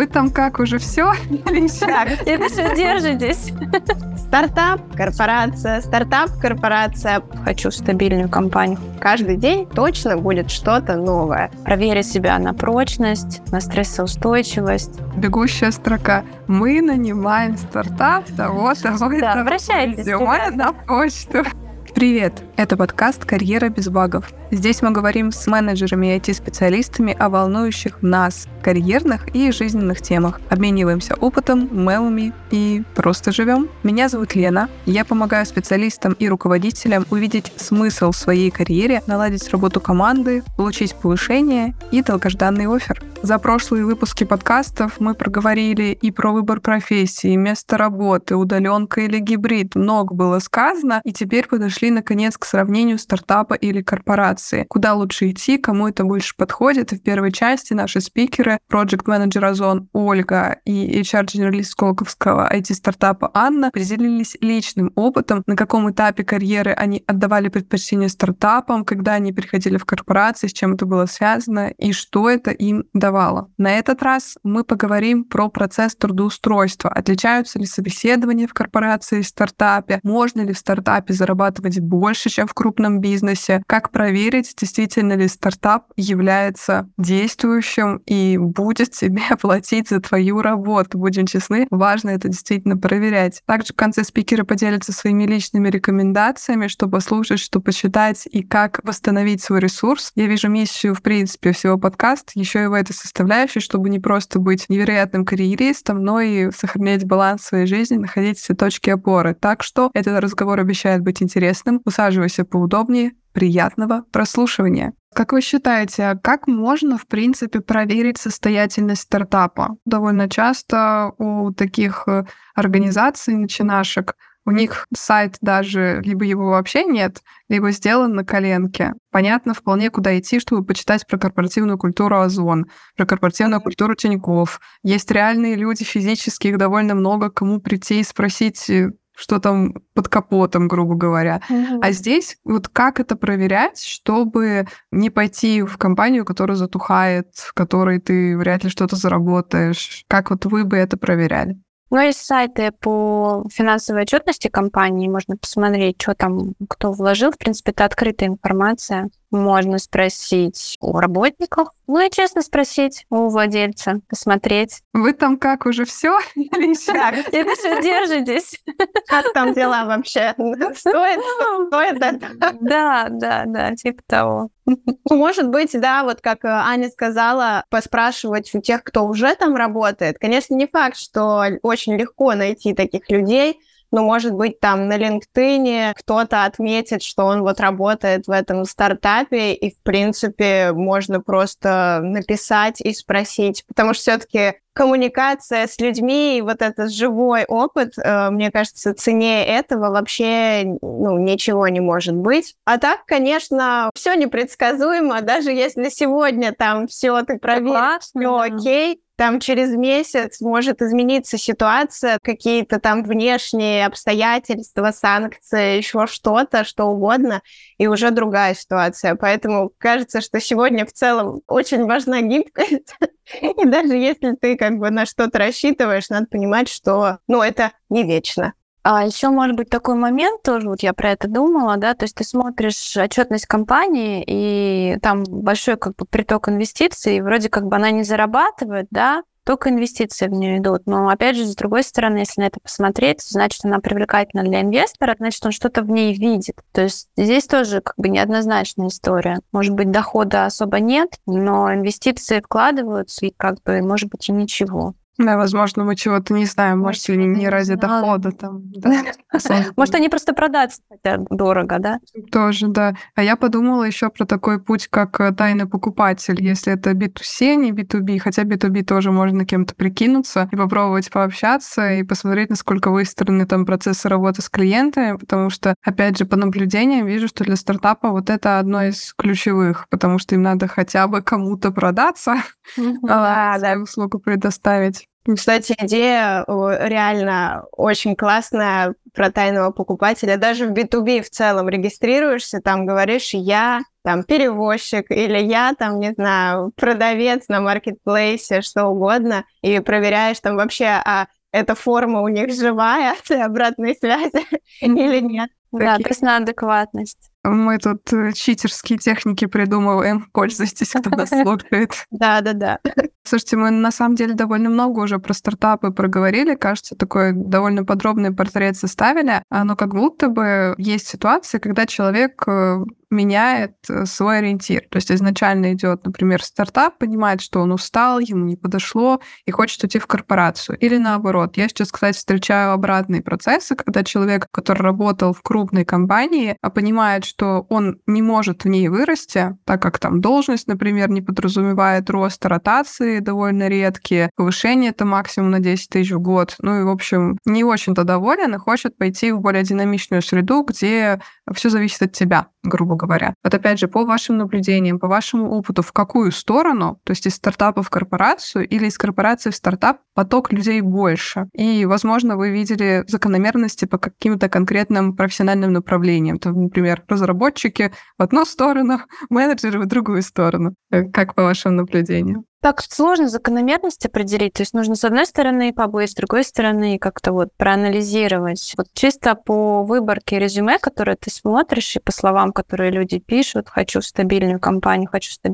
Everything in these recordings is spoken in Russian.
Вы там как, уже все? Это все держитесь. Стартап, корпорация. Хочу стабильную компанию. Каждый день точно будет что-то новое. Проверить себя на прочность, на стрессоустойчивость. Бегущая строка. Мы нанимаем стартап того-то. Да, обращайтесь. На почту. Привет! Это подкаст «Карьера без багов». Здесь мы говорим с менеджерами и IT-специалистами о волнующих нас карьерных и жизненных темах. Обмениваемся опытом, мемами и просто живем. Меня зовут Лена. Я помогаю специалистам и руководителям увидеть смысл в своей карьере, наладить работу команды, получить повышение и долгожданный оффер. За прошлые выпуски подкастов мы проговорили и про выбор профессии, место работы, удаленка или гибрид. Много было сказано, и теперь подошли наконец к сравнению стартапа или корпорации. Куда лучше идти, кому это больше подходит. И в первой части наши спикеры, проект-менеджер Озон Ольга и HR-генералист Сколковского IT-стартапа Анна, поделились личным опытом, на каком этапе карьеры они отдавали предпочтение стартапам, когда они переходили в корпорации, с чем это было связано и что это им давало. На этот раз мы поговорим про процесс трудоустройства. Отличаются ли собеседования в корпорации и стартапе? Можно ли в стартапе зарабатывать больше, чем в крупном бизнесе? Как проверить, действительно ли стартап является действующим и будет тебе платить за твою работу? Будем честны, важно это действительно проверять. Также в конце спикеры поделятся своими личными рекомендациями, что послушать, что почитать и как восстановить свой ресурс. Я вижу миссию, в принципе, всего подкаста еще и в этой составляющей, чтобы не просто быть невероятным карьеристом, но и сохранять баланс в своей жизни, находить все точки опоры. Так что этот разговор обещает быть интересным. Усаживайся поудобнее. Приятного прослушивания. Как вы считаете, а как можно, в принципе, проверить состоятельность стартапа? Довольно часто у таких организаций, начинашек, у них сайт даже либо его вообще нет, либо сделан на коленке. Понятно вполне, куда идти, чтобы почитать про корпоративную культуру Озон, про корпоративную культуру Тинькофф. Есть реальные люди, физически их довольно много, кому прийти и спросить, что там под капотом, грубо говоря. А здесь вот как это проверять, чтобы не пойти в компанию, которая затухает, в которой ты вряд ли что-то заработаешь? Как вот вы бы это проверяли? Ну, есть сайты по финансовой отчетности компании, можно посмотреть, что там кто вложил. В принципе, это открытая информация. Можно спросить у работников, ну и честно спросить у владельца, посмотреть. Вы там как, уже все? Это все держитесь. Как там дела вообще? Стоит это? Да, типа того. Может быть, да, вот как Аня сказала, поспрашивать у тех, кто уже там работает. Конечно, не факт, что очень легко найти таких людей, но, может быть, там на LinkedIn кто-то отметит, что он вот работает в этом стартапе, и, в принципе, можно просто написать и спросить, потому что все-таки коммуникация с людьми и вот этот живой опыт, мне кажется, ценнее этого вообще ничего не может быть. А так, конечно, все непредсказуемо, даже если сегодня там все ты проверил, все окей, там через месяц может измениться ситуация, какие-то там внешние обстоятельства, санкции, еще что-то, что угодно, и уже другая ситуация. Поэтому кажется, что сегодня в целом очень важна гибкость. И даже если ты как бы на что-то рассчитываешь, надо понимать, что, это не вечно. А еще может быть такой момент тоже, вот я про это думала, да, то есть ты смотришь отчетность компании, и там большой как бы приток инвестиций, и вроде как бы она не зарабатывает, да, только инвестиции в нее идут. Но опять же, с другой стороны, если на это посмотреть, значит, она привлекательна для инвестора, значит, он что-то в ней видит. То есть здесь тоже как бы неоднозначная история. Может быть, дохода особо нет, но инвестиции вкладываются, и как бы, может быть, и ничего. Да, возможно, мы чего-то не знаем, может, или не ради дохода там. Да. Может, они просто продаться хотят дорого, да? Тоже, да. А я подумала еще про такой путь, как тайный покупатель, если это B2C, не B2B, хотя B2B тоже можно кем-то прикинуться и попробовать пообщаться и посмотреть, насколько выстроены там процессы работы с клиентами, потому что, опять же, по наблюдениям вижу, что для стартапа вот это одно из ключевых, потому что им надо хотя бы кому-то продаться, свою услугу предоставить. Кстати, идея реально очень классная про тайного покупателя. Даже в B2B в целом регистрируешься, там говоришь, я там перевозчик или я там, не знаю, продавец на маркетплейсе, что угодно, и проверяешь там вообще, а эта форма у них живая, обратной связи или нет. Да, тест на адекватность. Мы тут читерские техники придумываем. Пользуйтесь, кто нас слушает. Да. Слушайте, мы на самом деле довольно много уже про стартапы проговорили. Кажется, такой довольно подробный портрет составили. Но как будто бы есть ситуации, когда человек меняет свой ориентир. То есть изначально идет, например, стартап, понимает, что он устал, ему не подошло и хочет уйти в корпорацию. Или наоборот. Я сейчас, кстати, встречаю обратные процессы, когда человек, который работал в крупной компании, понимает, что он не может в ней вырасти, так как там должность, например, не подразумевает роста, ротации довольно редкие, повышение это максимум на 10 тысяч в год. Ну и, в общем, не очень-то доволен и хочет пойти в более динамичную среду, где все зависит от тебя, грубо говоря. Вот опять же, по вашим наблюдениям, по вашему опыту, в какую сторону, то есть из стартапа в корпорацию или из корпорации в стартап, поток людей больше? И, возможно, вы видели закономерности по каким-то конкретным профессиональным направлениям. Там, например, разработчики в одну сторону, менеджеры в другую сторону. Как по вашим наблюдениям? Так сложно закономерность определить. То есть нужно, с одной стороны, побыть, с другой стороны, как-то вот проанализировать. Вот чисто по выборке резюме, которое ты смотришь, и по словам, которые люди пишут, хочу стабильную компанию,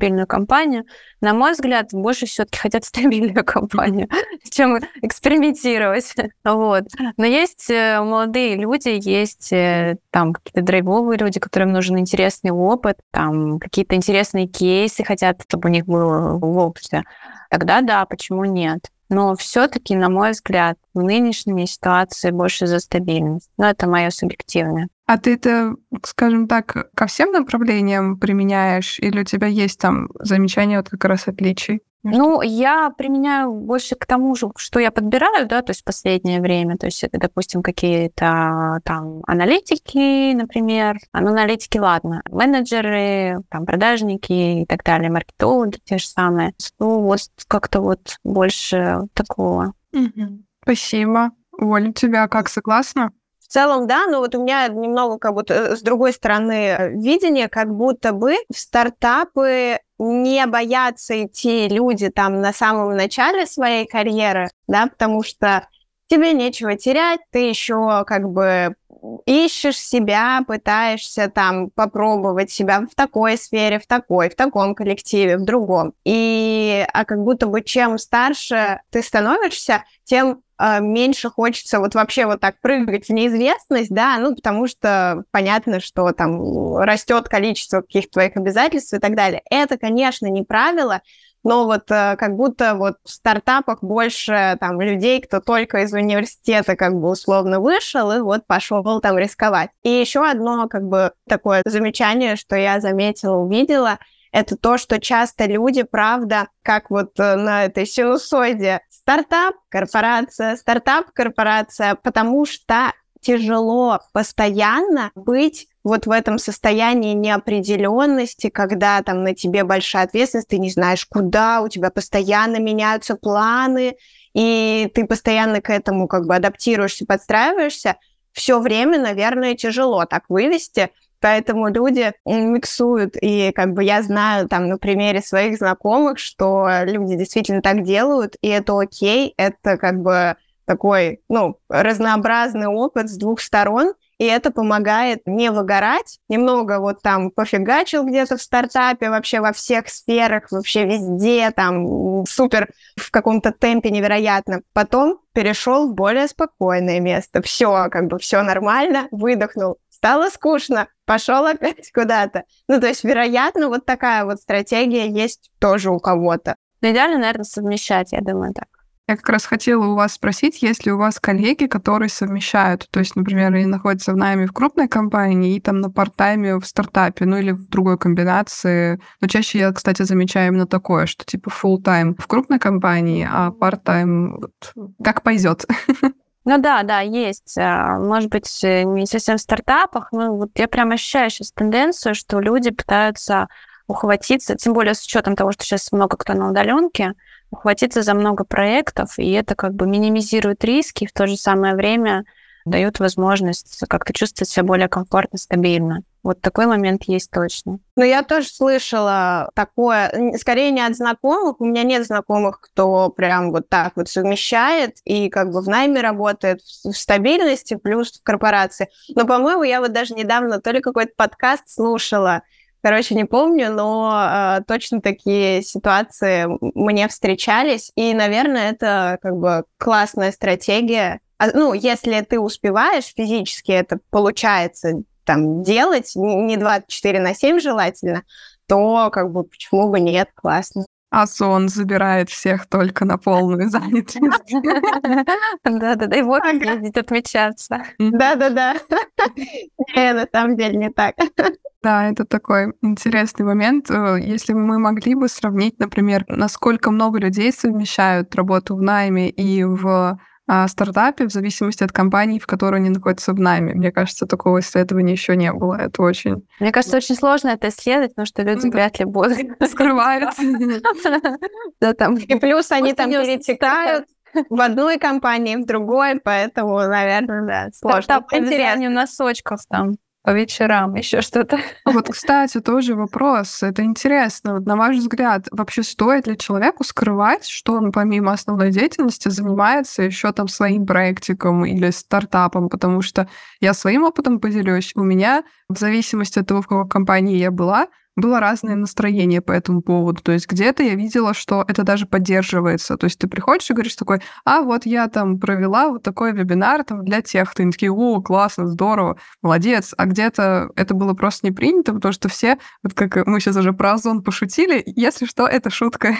на мой взгляд, больше все-таки хотят стабильную компанию, чем экспериментировать. Вот. Но есть молодые люди, есть там какие-то драйвовые люди, которым нужен интересный опыт, там какие-то интересные кейсы хотят, чтобы у них было в опыте. Тогда да, почему нет? Но все-таки, на мой взгляд, в нынешней ситуации больше за стабильность. Но это мое субъективное. А ты это, скажем так, ко всем направлениям применяешь? Или у тебя есть там замечания вот как раз отличий? Ну, я применяю больше к тому же, что я подбираю, да, то есть в последнее время. То есть это, допустим, какие-то там аналитики, например. Аналитики, ладно. Менеджеры, там, продажники и так далее, маркетологи те же самые. Ну, вот как-то вот больше такого. Спасибо. Оля, у тебя как, согласна? В целом, да, но вот у меня немного как будто с другой стороны видение, как будто бы в стартапы не боятся идти люди там на самом начале своей карьеры, да, потому что тебе нечего терять, ты еще как бы ищешь себя, пытаешься там попробовать себя в такой сфере, в таком коллективе, в другом. А как будто бы чем старше ты становишься, тем меньше хочется вот вообще вот так прыгать в неизвестность, да, ну, потому что понятно, что там растет количество каких-то твоих обязательств и так далее. Это, конечно, не правило, но вот как будто вот в стартапах больше там людей, кто только из университета как бы условно вышел и вот пошел там рисковать. И еще одно как бы такое замечание, что я заметила, увидела, это то, что часто люди, правда, как вот на этой синусоиде, стартап, корпорация, потому что тяжело постоянно быть вот в этом состоянии неопределенности, когда там на тебе большая ответственность, ты не знаешь куда, у тебя постоянно меняются планы, и ты постоянно к этому как бы адаптируешься, подстраиваешься. Все время, наверное, тяжело так вывести. Поэтому люди миксуют, и как бы я знаю там на примере своих знакомых, что люди действительно так делают, и это окей, это как бы такой, ну, разнообразный опыт с двух сторон, и это помогает не выгорать, немного вот там пофигачил где-то в стартапе, вообще во всех сферах, вообще везде, там супер в каком-то темпе невероятно. Потом перешел в более спокойное место. Все, как бы все нормально, выдохнул. Стало скучно, пошел опять куда-то. Ну, то есть, вероятно, вот такая вот стратегия есть тоже у кого-то. Но идеально, наверное, совмещать, я думаю, так. Я как раз хотела у вас спросить, есть ли у вас коллеги, которые совмещают, то есть, например, они находятся в найме в крупной компании и там на парт-тайме в стартапе, ну или в другой комбинации. Но чаще я, кстати, замечаю именно такое, что типа full-time в крупной компании, а part-time вот, как пойдет. Ну да, есть. Может быть, не совсем в стартапах, но вот я прям ощущаю сейчас тенденцию, что люди пытаются ухватиться, тем более с учетом того, что сейчас много кто на удаленке, ухватиться за много проектов, и это как бы минимизирует риски, и в то же самое время дает возможность как-то чувствовать себя более комфортно, стабильно. Вот такой момент есть точно. Ну, я тоже слышала такое, скорее не от знакомых. У меня нет знакомых, кто прям вот так вот совмещает и как бы в найме работает, в стабильности плюс в корпорации. Но, по-моему, я вот даже недавно то ли какой-то подкаст слушала, короче, не помню, но точно такие ситуации мне встречались. И, наверное, это как бы классная стратегия. Ну, если ты успеваешь физически, это получается там делать, не 24/7 желательно, то как бы почему бы нет, классно. А сон забирает всех только на полную занятость. Да-да-да, и вот ездить отмечаться. Да-да-да. Не, на самом деле не так. Да, это такой интересный момент. Если мы могли бы сравнить, например, насколько много людей совмещают работу в найме и в стартапе в зависимости от компании, в которой они находятся в найме. Мне кажется, такого исследования еще не было. Это очень... Мне кажется, очень сложно это исследовать, потому что люди вряд ли будут скрывают. Да, там. И плюс они там перетекают в одной компании, в другой, поэтому, наверное, да, сложно. По вязанию носочков там по вечерам, еще что-то. Вот, кстати, тоже вопрос. Это интересно. Вот, на ваш взгляд, вообще стоит ли человеку скрывать, что он помимо основной деятельности занимается еще там своим проектиком или стартапом? Потому что я своим опытом поделюсь. У меня, в зависимости от того, в какой компании я была, было разное настроение по этому поводу. То есть где-то я видела, что это даже поддерживается. То есть ты приходишь и говоришь такой, вот я там провела вот такой вебинар там для тех. Ты такие, о, классно, здорово, молодец. А где-то это было просто не принято, потому что все, вот как мы сейчас уже про Озон пошутили, если что, это шутка.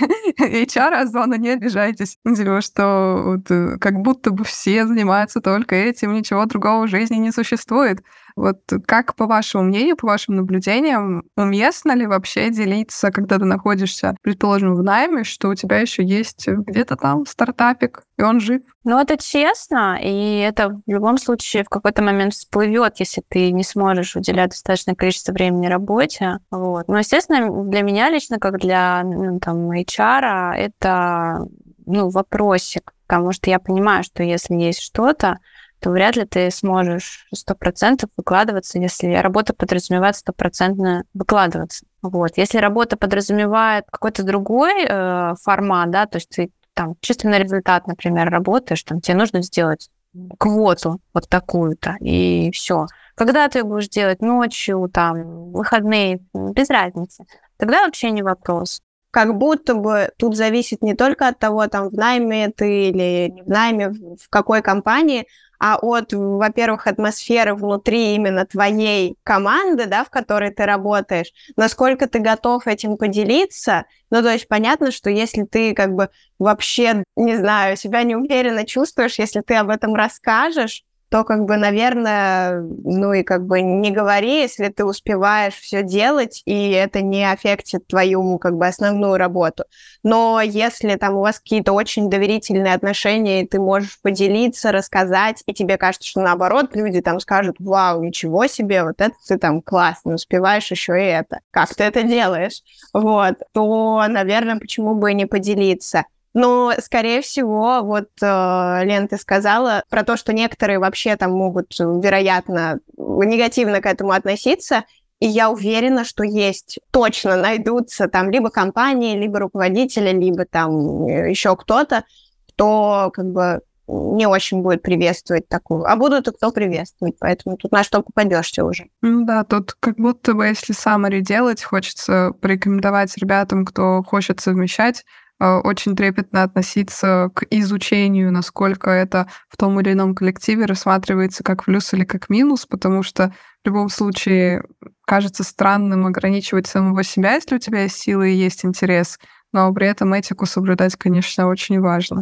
HR Озона, не обижайтесь. Типа, что вот, как будто бы все занимаются только этим, ничего другого в жизни не существует. Вот как, по вашему мнению, по вашим наблюдениям, уместно ли вообще делиться, когда ты находишься, предположим, в найме, что у тебя еще есть где-то там стартапик, и он жив? Ну, это честно, и это в любом случае в какой-то момент всплывет, если ты не сможешь уделять достаточное количество времени работе. Вот. Но, естественно, для меня лично, как для там, HR, это вопросик, потому что я понимаю, что если есть что-то, то вряд ли ты сможешь 100% выкладываться, если работа подразумевает 100% выкладываться. Вот. Если работа подразумевает какой-то другой формат, да, то есть ты там чисто на результат, например, работаешь, там тебе нужно сделать квоту вот такую-то, и все. Когда ты будешь делать ночью, там, выходные, без разницы, тогда вообще не вопрос. Как будто бы тут зависит не только от того, там, в найме ты или не в найме, в какой компании, а от, во-первых, атмосферы внутри именно твоей команды, да, в которой ты работаешь, насколько ты готов этим поделиться. Ну, то есть понятно, что если ты как бы вообще, не знаю, себя неуверенно чувствуешь, если ты об этом расскажешь, то как бы, наверное, и как бы не говори, если ты успеваешь все делать, и это не аффектит твою как бы основную работу. Но если там у вас какие-то очень доверительные отношения, и ты можешь поделиться, рассказать, и тебе кажется, что наоборот, люди там скажут, вау, ничего себе, вот это ты там классно, успеваешь еще и это. Как ты это делаешь? Вот. То, наверное, почему бы и не поделиться? Но, скорее всего, вот Лен, ты сказала про то, что некоторые вообще там могут, вероятно, негативно к этому относиться, и я уверена, что точно найдутся там либо компании, либо руководители, либо там еще кто-то, кто как бы не очень будет приветствовать такую, а будут и кто приветствовать, поэтому тут на что попадешься уже. Да, тут как будто бы, если summary делать, хочется порекомендовать ребятам, кто хочет совмещать, очень трепетно относиться к изучению, насколько это в том или ином коллективе рассматривается как плюс или как минус, потому что в любом случае кажется странным ограничивать самого себя, если у тебя есть силы и есть интерес, но при этом этику соблюдать, конечно, очень важно.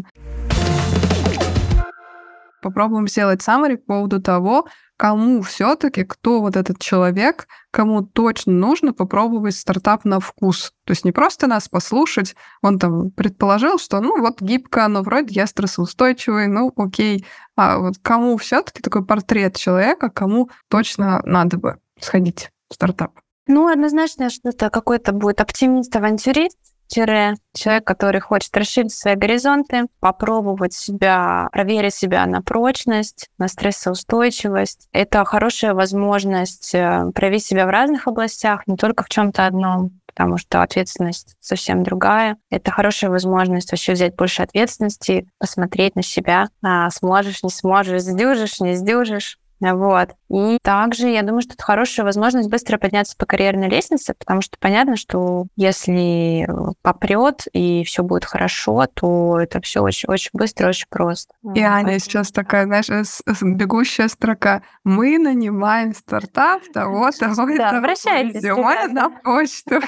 Попробуем сделать summary по поводу того, кому все-таки, кто вот этот человек, кому точно нужно попробовать стартап на вкус. То есть не просто нас послушать, он там предположил, что вот гибко, но вроде я стрессоустойчивый, окей. А вот кому все-таки такой портрет человека, кому точно надо бы сходить в стартап? Однозначно, что это какой-то будет оптимист-авантюрист, человек, который хочет расширить свои горизонты, попробовать себя, проверить себя на прочность, на стрессоустойчивость. Это хорошая возможность проявить себя в разных областях, не только в чем-то одном, потому что ответственность совсем другая. Это хорошая возможность вообще взять больше ответственности, посмотреть на себя, сможешь, не сможешь, сдюжишь, не сдюжишь. Вот. И также я думаю, что это хорошая возможность быстро подняться по карьерной лестнице, потому что понятно, что если попрет и все будет хорошо, то это все очень, очень быстро, очень просто. И Аня сейчас такая, знаешь, бегущая строка. Мы нанимаем стартап того-то, Да, обращайтесь. резюме на почту.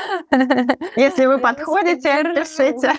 Если вы подходите, пишите.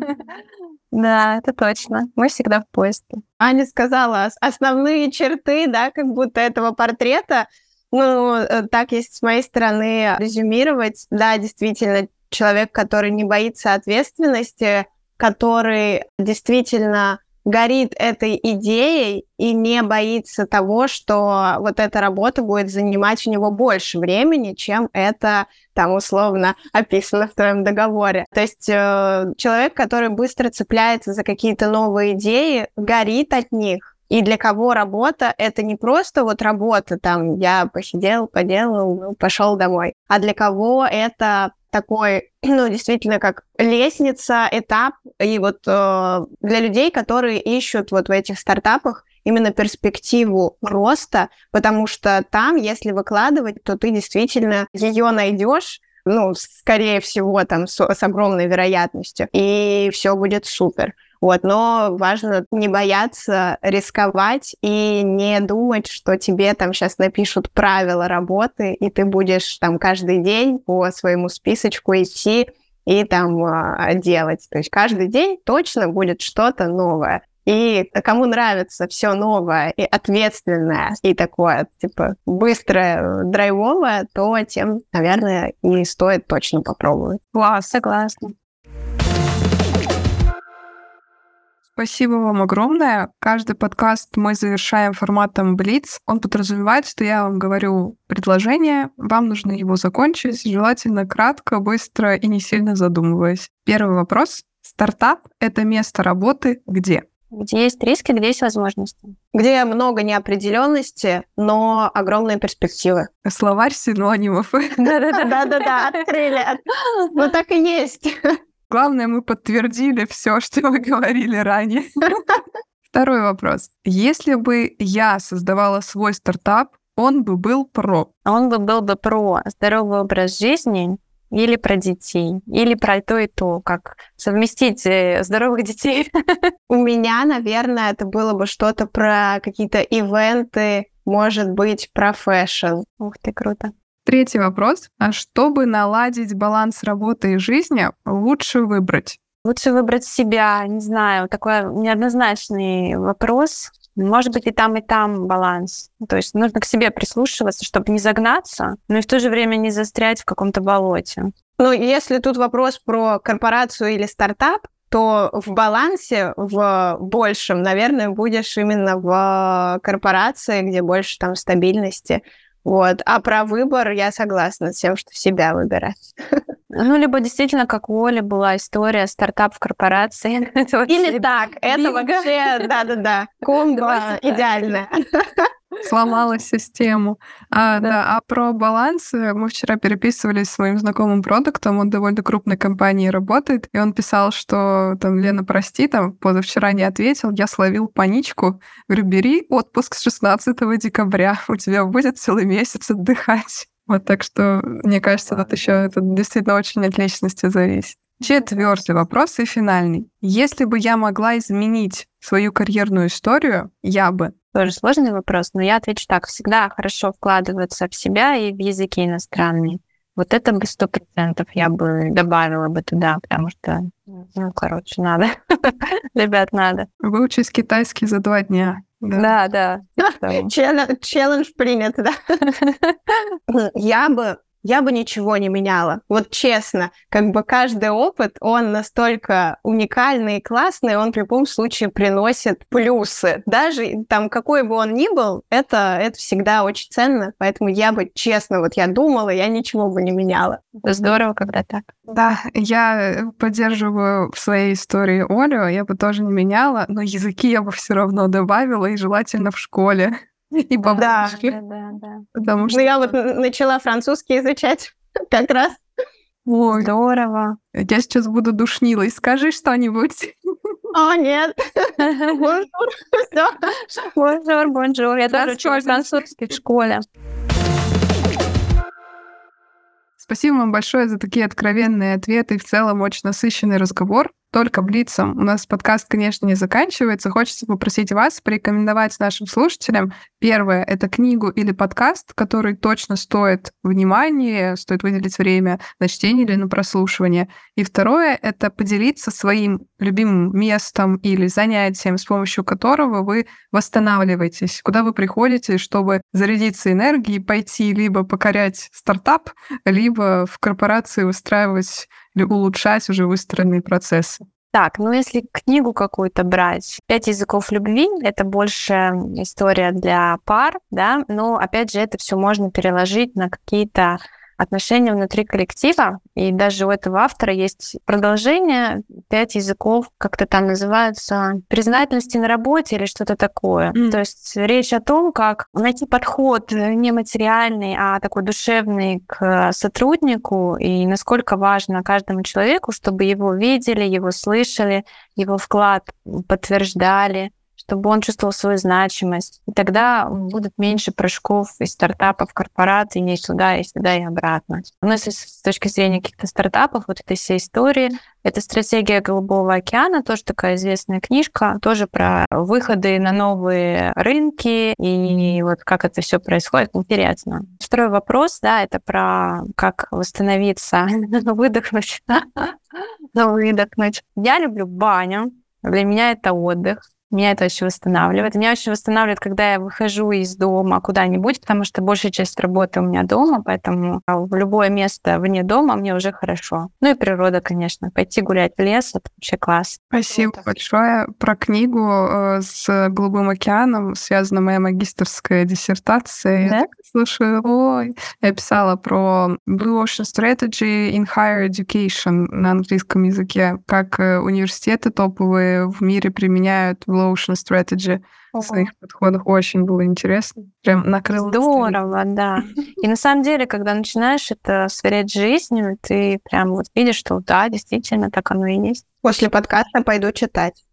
Да, это точно. Мы всегда в поиске. Аня сказала основные черты, да, как будто этого портрета. Ну, так, если с моей стороны резюмировать, да, действительно, человек, который не боится ответственности, который действительно горит этой идеей и не боится того, что вот эта работа будет занимать у него больше времени, чем это там условно описано в твоем договоре. То есть человек, который быстро цепляется за какие-то новые идеи, горит от них. И для кого работа — это не просто вот работа, там, я посидел, поделал, пошел домой, а для кого это такой, ну, действительно, как лестница, этап, и вот для людей, которые ищут вот в этих стартапах именно перспективу роста, потому что там, если выкладывать, то ты действительно ее найдешь, ну, скорее всего, там, с огромной вероятностью, и все будет супер. Вот, но важно не бояться рисковать и не думать, что тебе там сейчас напишут правила работы, и ты будешь там каждый день по своему списочку идти и там делать. То есть каждый день точно будет что-то новое. И кому нравится все новое и ответственное, и такое, типа, быстрое, драйвовое, то тем, наверное, и стоит точно попробовать. Класс, согласна. Спасибо вам огромное. Каждый подкаст мы завершаем форматом Блиц. Он подразумевает, что я вам говорю предложение, вам нужно его закончить, желательно кратко, быстро и не сильно задумываясь. Первый вопрос. Стартап — это место работы где? Где есть риски, где есть возможности. Где много неопределенности, но огромные перспективы. Словарь синонимов. Да-да-да, открыли. Ну так и есть. Главное, мы подтвердили все, что вы говорили ранее. Второй вопрос. Если бы я создавала свой стартап, он бы был про? Он бы был бы про здоровый образ жизни или про детей, или про то и то, как совместить здоровых детей. У меня, наверное, это было бы что-то про какие-то ивенты, может быть, про фэшн. Ух ты, круто. Третий вопрос. А чтобы наладить баланс работы и жизни, лучше выбрать? Лучше выбрать себя, не знаю, такой неоднозначный вопрос. Может быть, и там баланс. То есть нужно к себе прислушиваться, чтобы не загнаться, но и в то же время не застрять в каком-то болоте. Ну, если тут вопрос про корпорацию или стартап, то в балансе, в большем, наверное, будешь именно в корпорации, где больше там стабильности. Вот. А про выбор я согласна с тем, что себя выбирать. Ну, либо действительно, как у Оли была история стартап в корпорации. Или так, это вообще, да-да-да, комбо идеальное. Сломала систему. А про баланс мы вчера переписывались с своим знакомым продуктом, он в довольно крупной компании работает, и он писал, что там, Лена, прости, там, позавчера не ответил, я словил паничку. Говорю, бери отпуск с 16 декабря, у тебя будет целый месяц отдыхать. Вот так что, мне кажется, тут еще это действительно очень от личности зависит. Четвертый вопрос и финальный. Если бы я могла изменить свою карьерную историю, я бы... Тоже сложный вопрос, но я отвечу так. Всегда хорошо вкладываться в себя и в языки иностранные. Вот это бы 100% я бы добавила бы туда, потому что, надо. Ребят, надо. Выучить китайский за 2 дня. Да. Челлендж принят, да. Я бы я бы ничего не меняла. Вот честно, как бы каждый опыт, он настолько уникальный и классный, он в любом случае приносит плюсы. Даже там какой бы он ни был, это всегда очень ценно, поэтому я бы, честно, вот я думала, я ничего бы не меняла. Это здорово, когда так. Да, я поддерживаю в своей истории Олю, я бы тоже не меняла, но языки я бы все равно добавила, и желательно в школе. И бабушки. Да. Потому Ну, что... я вот начала французский изучать как раз. Ой, Здорово. я сейчас буду душнилой. Скажи что-нибудь. О, нет. Бонжур. Всё. Бонжур. Я тоже учила Расскажешь. французский в школе. Спасибо вам большое за такие откровенные ответы и в целом очень насыщенный разговор. Только блицом. У нас подкаст, конечно, не заканчивается. Хочется попросить вас порекомендовать нашим слушателям. Первое — это книгу или подкаст, который точно стоит внимания, стоит выделить время на чтение или на прослушивание. И второе — это поделиться своим любимым местом или занятием, с помощью которого вы восстанавливаетесь, куда вы приходите, чтобы зарядиться энергией, пойти либо покорять стартап, либо в корпорации выстраивать или улучшать уже выстроенные процессы. Так, ну если книгу какую-то брать, «5 языков любви» — это больше история для пар, да, но опять же это все можно переложить на какие-то отношения внутри коллектива, и даже у этого автора есть продолжение, 5 языков, как-то там называются, признательности на работе или что-то такое. То есть речь о том, как найти подход не материальный, а такой душевный к сотруднику, и насколько важно каждому человеку, чтобы его видели, его слышали, его вклад подтверждали, чтобы он чувствовал свою значимость. И тогда будет меньше прыжков из стартапов в корпорации, и сюда, и обратно. Но если с точки зрения каких-то стартапов, вот этой всей истории, это «Стратегия Голубого океана», тоже такая известная книжка, тоже про выходы на новые рынки, и вот как это все происходит, интересно. Второй вопрос, да, это про как восстановиться, выдохнуть. Я люблю баню, для меня это отдых. Меня это очень восстанавливает. Меня очень восстанавливает, когда я выхожу из дома куда-нибудь, потому что большая часть работы у меня дома, поэтому в любое место вне дома мне уже хорошо. Ну и природа, конечно. Пойти гулять в лес — это вообще класс. Спасибо большое. Про книгу с Голубым океаном связана моя магистерская диссертация. Да? Я так слушаю, ой. Я писала про Blue Ocean Strategy in Higher Education на английском языке, как университеты топовые в мире применяют Blue Ocean Strategy в своих подходах. Очень было интересно. Прям накрыло. Здорово, да. И на самом деле, когда начинаешь это сверять с жизнью, ты прям вот видишь, что да, действительно, так оно и есть. После подкаста пойду читать.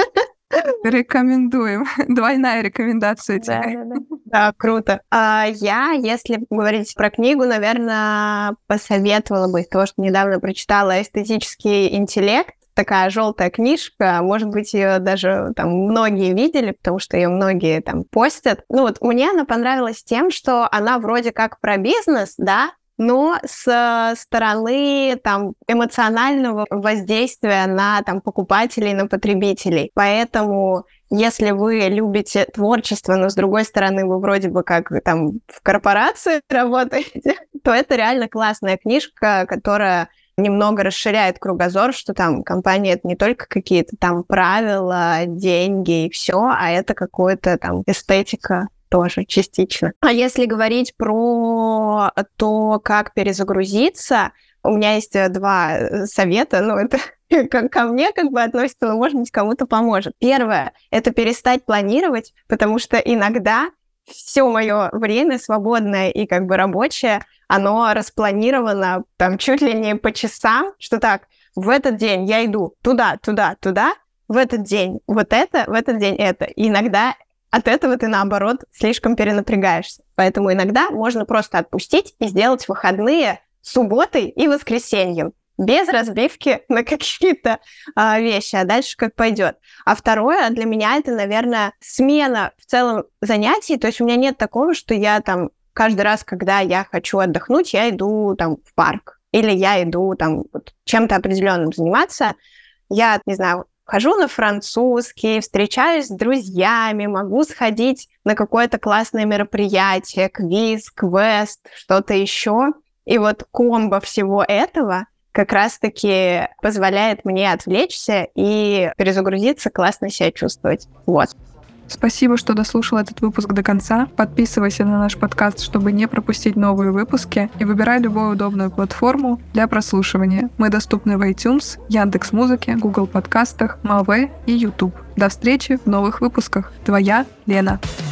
Рекомендуем. Двойная рекомендация тебе. Да, круто. Я, если говорить про книгу, наверное, посоветовала бы то, что недавно прочитала «Эстетический интеллект». Такая желтая книжка, может быть, ее даже там многие видели, потому что ее многие там постят. Ну вот мне она понравилась тем, что она вроде как про бизнес, да, но с стороны там эмоционального воздействия на там покупателей, на потребителей. Поэтому если вы любите творчество, но с другой стороны вы вроде бы как там в корпорации работаете, то это реально классная книжка, которая немного расширяет кругозор, что там компания — это не только какие-то там правила, деньги и все, а это какая-то там эстетика тоже частично. А если говорить про то, как перезагрузиться, у меня есть 2 совета, ну, это ко мне как бы относится, но, может быть, кому-то поможет. Первое — это перестать планировать, потому что иногда все мое время свободное и как бы рабочее, оно распланировано там чуть ли не по часам, что так, в этот день я иду туда, в этот день вот это, в этот день это. И иногда от этого ты, наоборот, слишком перенапрягаешься. Поэтому иногда можно просто отпустить и сделать выходные субботой и воскресеньем, без разбивки на какие-то вещи, а дальше как пойдет. А второе, для меня это, наверное, смена в целом занятий. То есть у меня нет такого, что я там каждый раз, когда я хочу отдохнуть, я иду там в парк. Или я иду там вот, чем-то определенным заниматься. Я, не знаю, хожу на французский, встречаюсь с друзьями, могу сходить на какое-то классное мероприятие, квиз, квест, что-то еще. И вот комбо всего этого как раз-таки позволяет мне отвлечься и перезагрузиться, классно себя чувствовать. Вот. Спасибо, что дослушал этот выпуск до конца. Подписывайся на наш подкаст, чтобы не пропустить новые выпуски, и выбирай любую удобную платформу для прослушивания. Мы доступны в iTunes, Яндекс.Музыке, Google подкастах, Маве и YouTube. До встречи в новых выпусках. Твоя Лена.